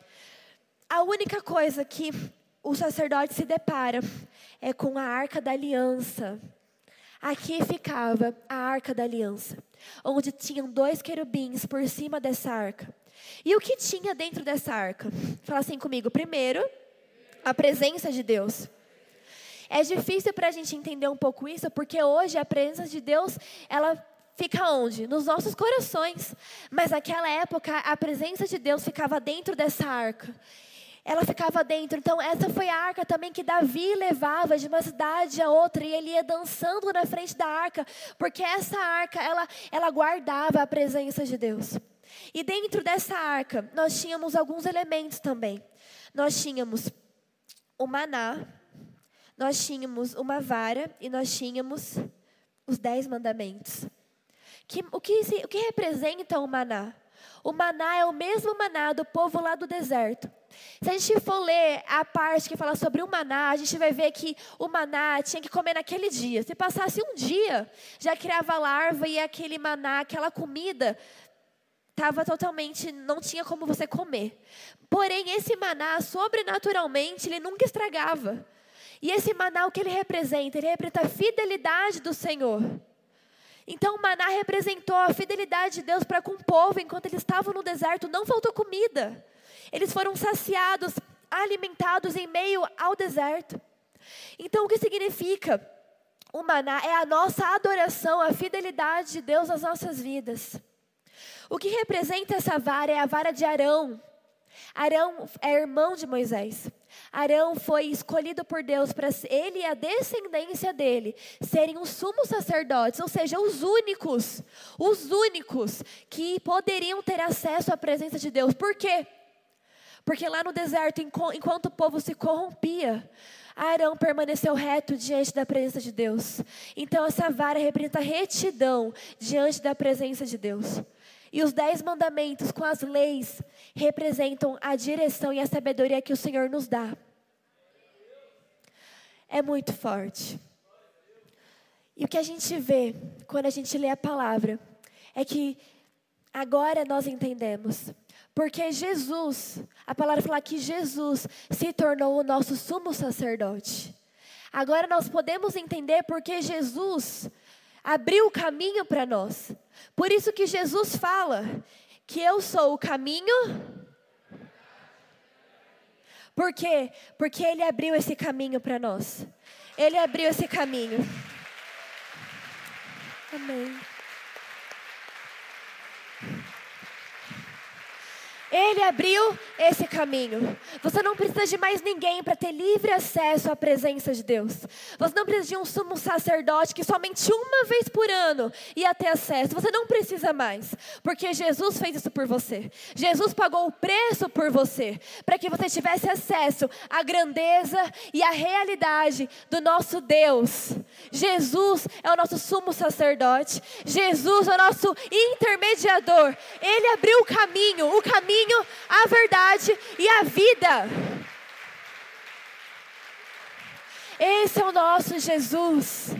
A única coisa que o sacerdote se depara é com a Arca da Aliança. Aqui ficava a Arca da Aliança, onde tinham 2 querubins por cima dessa arca. E o que tinha dentro dessa arca? Fala assim comigo. Primeiro, a presença de Deus. É difícil para a gente entender um pouco isso, porque hoje a presença de Deus, ela fica onde? Nos nossos corações. Mas naquela época, a presença de Deus ficava dentro dessa arca. Ela ficava dentro. Então essa foi a arca também que Davi levava de uma cidade a outra. E ele ia dançando na frente da arca. Porque essa arca, ela guardava a presença de Deus. E dentro dessa arca, nós tínhamos alguns elementos também. Nós tínhamos o maná. Nós tínhamos uma vara. E nós tínhamos os 10 mandamentos. O que representa o maná? O maná é o mesmo maná do povo lá do deserto. Se a gente for ler a parte que fala sobre o maná, a gente vai ver que o maná tinha que comer naquele dia. Se passasse um dia, já criava larva e aquele maná, aquela comida, estava totalmente, não tinha como você comer. Porém, esse maná, sobrenaturalmente, ele nunca estragava. E esse maná, o que ele representa? Ele representa a fidelidade do Senhor. Então o maná representou a fidelidade de Deus para com o povo. Enquanto eles estavam no deserto, não faltou comida. Eles foram saciados, alimentados em meio ao deserto. Então o que significa? O maná é a nossa adoração, a fidelidade de Deus nas nossas vidas. O que representa essa vara é a vara de Arão. Arão é irmão de Moisés. Arão foi escolhido por Deus para ele e a descendência dele serem os sumos sacerdotes, ou seja, os únicos que poderiam ter acesso à presença de Deus. Por quê? Porque lá no deserto, enquanto o povo se corrompia, Arão permaneceu reto diante da presença de Deus. Então essa vara representa retidão diante da presença de Deus. E os 10 mandamentos com as leis representam a direção e a sabedoria que o Senhor nos dá. É muito forte. E o que a gente vê quando a gente lê a palavra é que agora nós entendemos. Porque Jesus, a palavra fala que Jesus se tornou o nosso sumo sacerdote. Agora nós podemos entender porque Jesus abriu o caminho para nós. Por isso que Jesus fala que eu sou o caminho. Por quê? Porque Ele abriu esse caminho para nós. Ele abriu esse caminho. Amém. Ele abriu esse caminho. Você não precisa de mais ninguém para ter livre acesso à presença de Deus. Você não precisa de um sumo sacerdote que somente uma vez por ano ia ter acesso. Você não precisa mais, porque Jesus fez isso por você. Jesus pagou o preço por você, para que você tivesse acesso à grandeza e à realidade do nosso Deus. Jesus é o nosso sumo sacerdote. Jesus é o nosso intermediador. Ele abriu o caminho, a verdade e a vida. Esse é o nosso Jesus.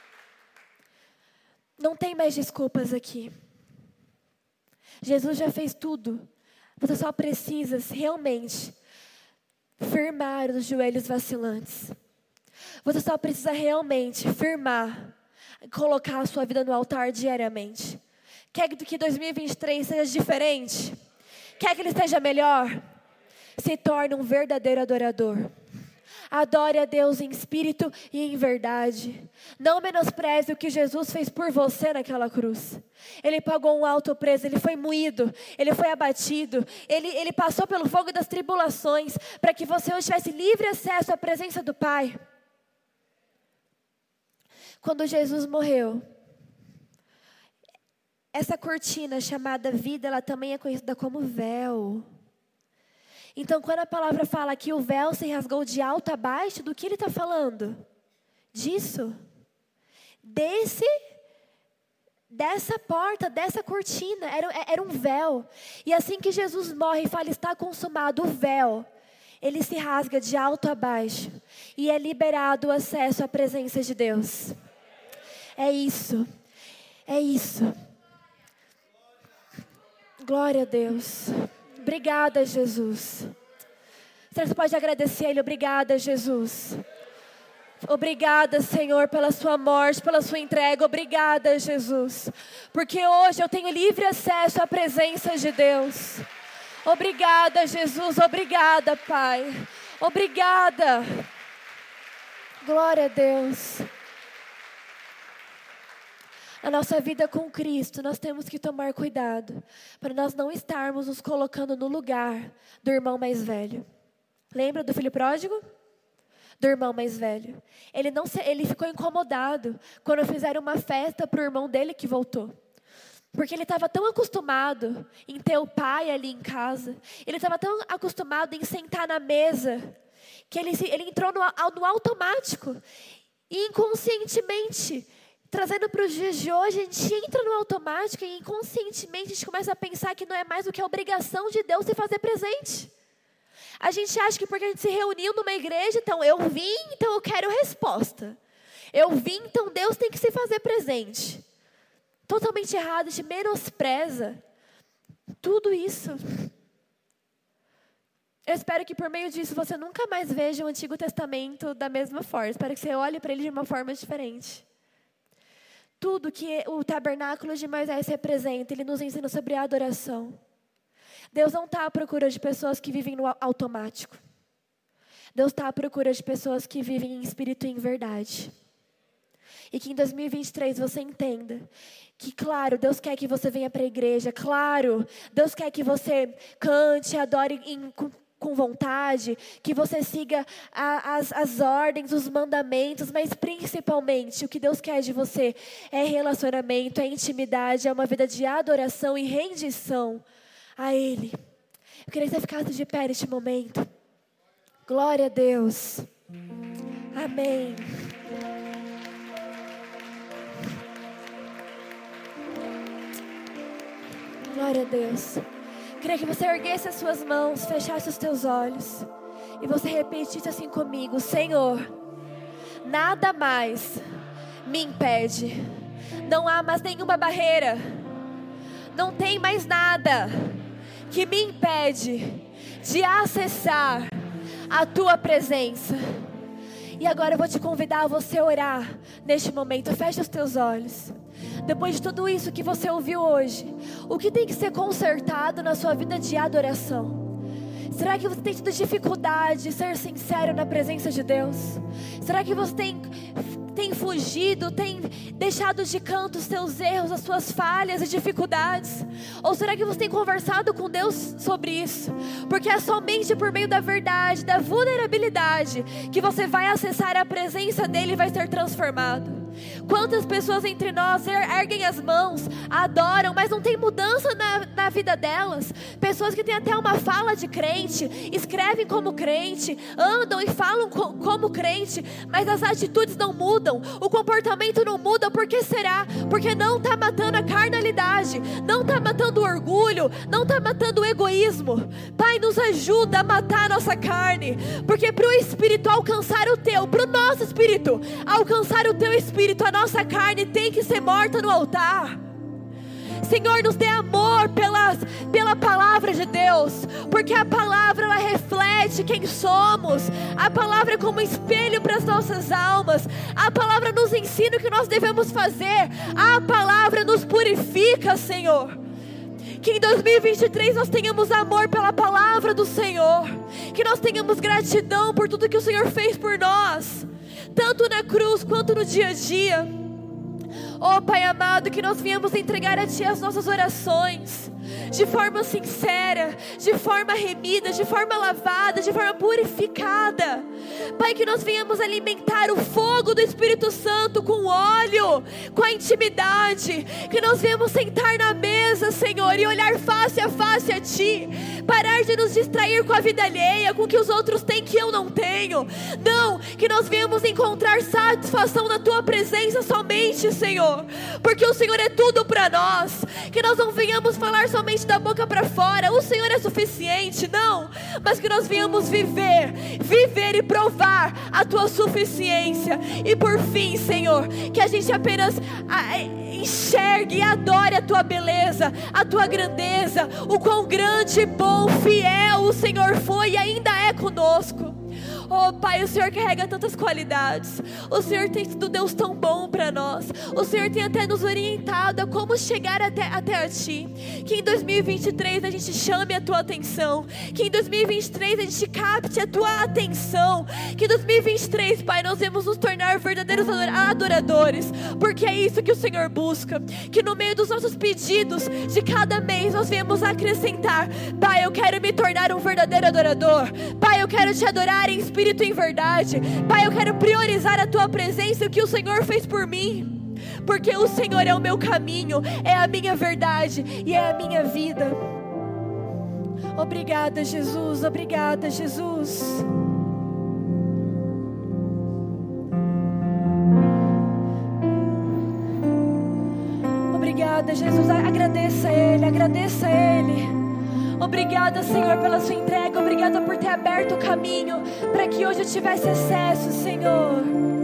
Não tem mais desculpas aqui. Jesus já fez tudo. Você só precisa realmente firmar os joelhos vacilantes. Você só precisa realmente firmar, colocar a sua vida no altar diariamente. Quer que 2023 seja diferente? Quer que ele seja melhor? Se torne um verdadeiro adorador. Adore a Deus em espírito e em verdade. Não menospreze o que Jesus fez por você naquela cruz. Ele pagou um alto preço, ele foi moído, ele foi abatido, ele passou pelo fogo das tribulações, para que você hoje tivesse livre acesso à presença do Pai. Quando Jesus morreu, essa cortina chamada vida, ela também é conhecida como véu. Então, quando a palavra fala que o véu se rasgou de alto a baixo, do que ele está falando? Disso. Dessa porta, dessa cortina, era um véu. E assim que Jesus morre e fala, está consumado, o véu, ele se rasga de alto a baixo. E é liberado o acesso à presença de Deus. É isso. É isso. Glória a Deus. Obrigada, Jesus. Você pode agradecer a Ele. Obrigada, Jesus. Obrigada, Senhor, pela sua morte, pela sua entrega. Obrigada, Jesus. Porque hoje eu tenho livre acesso à presença de Deus. Obrigada, Jesus. Obrigada, Pai. Obrigada. Glória a Deus. Na nossa vida com Cristo, nós temos que tomar cuidado para nós não estarmos nos colocando no lugar do irmão mais velho. Lembra do filho pródigo? Do irmão mais velho. Ele ficou incomodado quando fizeram uma festa para o irmão dele que voltou. Porque ele estava tão acostumado em ter o pai ali em casa. Ele estava tão acostumado em sentar na mesa, que ele entrou no automático. E inconscientemente, trazendo para os dias de hoje, a gente entra no automático e inconscientemente a gente começa a pensar que não é mais do que a obrigação de Deus se fazer presente. A gente acha que porque a gente se reuniu numa igreja, então eu vim, então eu quero resposta. Eu vim, então Deus tem que se fazer presente. Totalmente errado, a gente menospreza tudo isso. Eu espero que por meio disso você nunca mais veja o Antigo Testamento da mesma forma. Espero que você olhe para ele de uma forma diferente. Tudo que o tabernáculo de Moisés representa, ele nos ensina sobre a adoração. Deus não está à procura de pessoas que vivem no automático. Deus está à procura de pessoas que vivem em espírito e em verdade. E que em 2023 você entenda que, claro, Deus quer que você venha para a igreja. Claro, Deus quer que você cante, adore com vontade, que você siga as ordens, os mandamentos, mas principalmente o que Deus quer de você é relacionamento, é intimidade, é uma vida de adoração e rendição a Ele. Eu queria que você ficasse de pé neste momento. Glória a Deus. Amém. Glória a Deus. Queria que você erguesse as suas mãos, fechasse os teus olhos e você repetisse assim comigo: Senhor, nada mais me impede. Não há mais nenhuma barreira. Não tem mais nada que me impede de acessar a Tua presença. E agora eu vou te convidar a você orar neste momento. Feche os teus olhos. Depois de tudo isso que você ouviu hoje, o que tem que ser consertado na sua vida de adoração? Será que você tem tido dificuldade de ser sincero na presença de Deus? Será que você tem fugido, tem deixado de canto os seus erros, as suas falhas e dificuldades? Ou será que você tem conversado com Deus sobre isso? Porque é somente por meio da verdade, da vulnerabilidade, que você vai acessar a presença dEle e vai ser transformado. Quantas pessoas entre nós erguem as mãos, adoram, mas não tem mudança na vida delas? Pessoas que têm até uma fala de crente, escrevem como crente, andam e falam como crente, mas as atitudes não mudam, o comportamento não muda. Por que será? Porque não está matando a carnalidade, não está matando o orgulho, não está matando o egoísmo. Pai, nos ajuda a matar a nossa carne, porque para o Espírito alcançar o Teu, para o nosso Espírito alcançar o Teu Espírito, a nossa carne tem que ser morta no altar. Senhor, nos dê amor pela palavra de Deus, porque a palavra ela reflete quem somos. A palavra é como um espelho para as nossas almas. A palavra nos ensina o que nós devemos fazer. A palavra nos purifica, Senhor. Que em 2023 nós tenhamos amor pela palavra do Senhor, que nós tenhamos gratidão por tudo que o Senhor fez por nós, tanto na cruz quanto no dia a dia. Oh Pai amado, que nós viemos entregar a Ti as nossas orações, de forma sincera, de forma remida, de forma lavada, de forma purificada. Pai, que nós venhamos alimentar o fogo do Espírito Santo com óleo, com a intimidade. Que nós venhamos sentar na mesa, Senhor, e olhar face a face a Ti. Parar de nos distrair com a vida alheia, com o que os outros têm que eu não tenho. Não, que nós venhamos encontrar satisfação na Tua presença somente, Senhor, porque o Senhor é tudo para nós. Que nós não venhamos falar somente da boca para fora, o Senhor é suficiente, não, mas que nós venhamos viver e provar a Tua suficiência. E por fim, Senhor, que a gente apenas enxergue e adore a Tua beleza, a Tua grandeza, o quão grande, bom, fiel o Senhor foi e ainda é conosco. Oh Pai, o Senhor carrega tantas qualidades. O Senhor tem sido Deus tão bom para nós. O Senhor tem até nos orientado a como chegar até a Ti. Que em 2023 a gente chame a Tua atenção. Que em 2023 a gente capte a Tua atenção. Que em 2023, Pai, nós vamos nos tornar verdadeiros adoradores, porque é isso que o Senhor busca. Que no meio dos nossos pedidos de cada mês nós venhamos acrescentar: Pai, eu quero me tornar um verdadeiro adorador. Pai, eu quero Te adorar em espírito e em verdade. Pai, eu quero priorizar a Tua presença e o que o Senhor fez por mim, porque o Senhor é o meu caminho, é a minha verdade e é a minha vida. Obrigada, Jesus. Obrigada, Jesus. Obrigada, Jesus. Agradeça a Ele, agradeça a Ele. Obrigada, Senhor, pela Sua entrega. Obrigada por ter aberto o caminho para que hoje eu tivesse acesso, Senhor.